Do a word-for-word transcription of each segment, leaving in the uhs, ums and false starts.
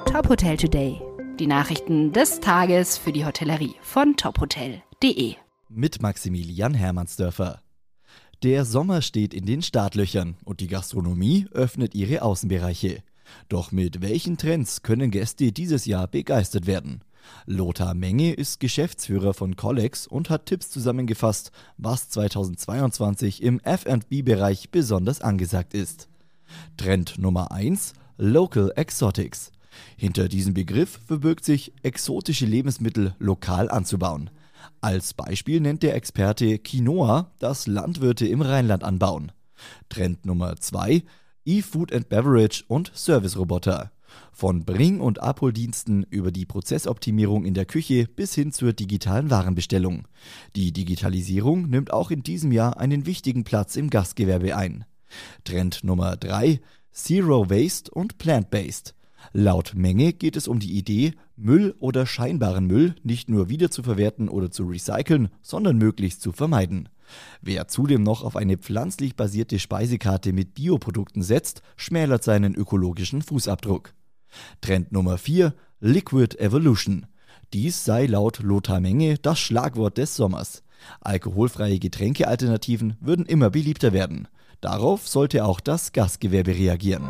Top Hotel Today. Die Nachrichten des Tages für die Hotellerie von top hotel punkt de. Mit Maximilian Hermannsdörfer. Der Sommer steht in den Startlöchern und die Gastronomie öffnet ihre Außenbereiche. Doch mit welchen Trends können Gäste dieses Jahr begeistert werden? Lothar Menge ist Geschäftsführer von Collex und hat Tipps zusammengefasst, was zweitausendzweiundzwanzig im F und B-Bereich besonders angesagt ist. Trend Nummer eins: Local Exotics. Hinter diesem Begriff verbirgt sich, exotische Lebensmittel lokal anzubauen. Als Beispiel nennt der Experte Quinoa, das Landwirte im Rheinland anbauen. Trend Nummer zwei: E-Food and Beverage und Service-Roboter. Von Bring- und Abholdiensten über die Prozessoptimierung in der Küche bis hin zur digitalen Warenbestellung. Die Digitalisierung nimmt auch in diesem Jahr einen wichtigen Platz im Gastgewerbe ein. Trend Nummer drei: Zero Waste und Plant-Based. Laut Menge geht es um die Idee, Müll oder scheinbaren Müll nicht nur wiederzuverwerten oder zu recyceln, sondern möglichst zu vermeiden. Wer zudem noch auf eine pflanzlich basierte Speisekarte mit Bioprodukten setzt, schmälert seinen ökologischen Fußabdruck. Trend Nummer vier: Liquid Evolution. Dies sei laut Lothar Menge das Schlagwort des Sommers. Alkoholfreie Getränkealternativen würden immer beliebter werden. Darauf sollte auch das Gastgewerbe reagieren.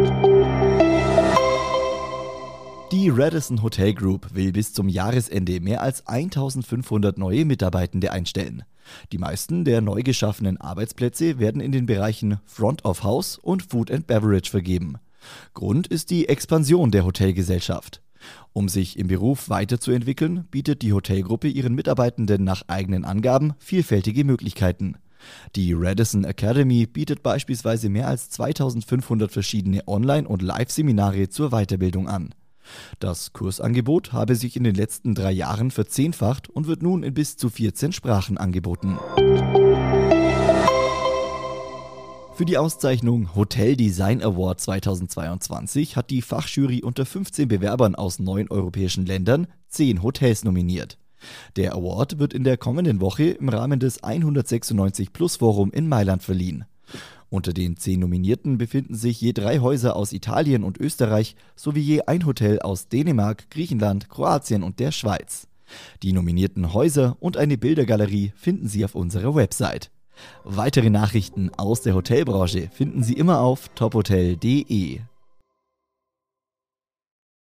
Die Radisson Hotel Group will bis zum Jahresende mehr als eintausendfünfhundert neue Mitarbeitende einstellen. Die meisten der neu geschaffenen Arbeitsplätze werden in den Bereichen Front of House und Food and Beverage vergeben. Grund ist die Expansion der Hotelgesellschaft. Um sich im Beruf weiterzuentwickeln, bietet die Hotelgruppe ihren Mitarbeitenden nach eigenen Angaben vielfältige Möglichkeiten. Die Radisson Academy bietet beispielsweise mehr als zweitausendfünfhundert verschiedene Online- und Live-Seminare zur Weiterbildung an. Das Kursangebot habe sich in den letzten drei Jahren verzehnfacht und wird nun in bis zu vierzehn Sprachen angeboten. Für die Auszeichnung Hotel Design Award zweitausendzweiundzwanzig hat die Fachjury unter fünfzehn Bewerbern aus neun europäischen Ländern zehn Hotels nominiert. Der Award wird in der kommenden Woche im Rahmen des hundertsechsundneunzig Plus Forum in Mailand verliehen. Unter den zehn Nominierten befinden sich je drei Häuser aus Italien und Österreich sowie je ein Hotel aus Dänemark, Griechenland, Kroatien und der Schweiz. Die nominierten Häuser und eine Bildergalerie finden Sie auf unserer Website. Weitere Nachrichten aus der Hotelbranche finden Sie immer auf top hotel punkt de.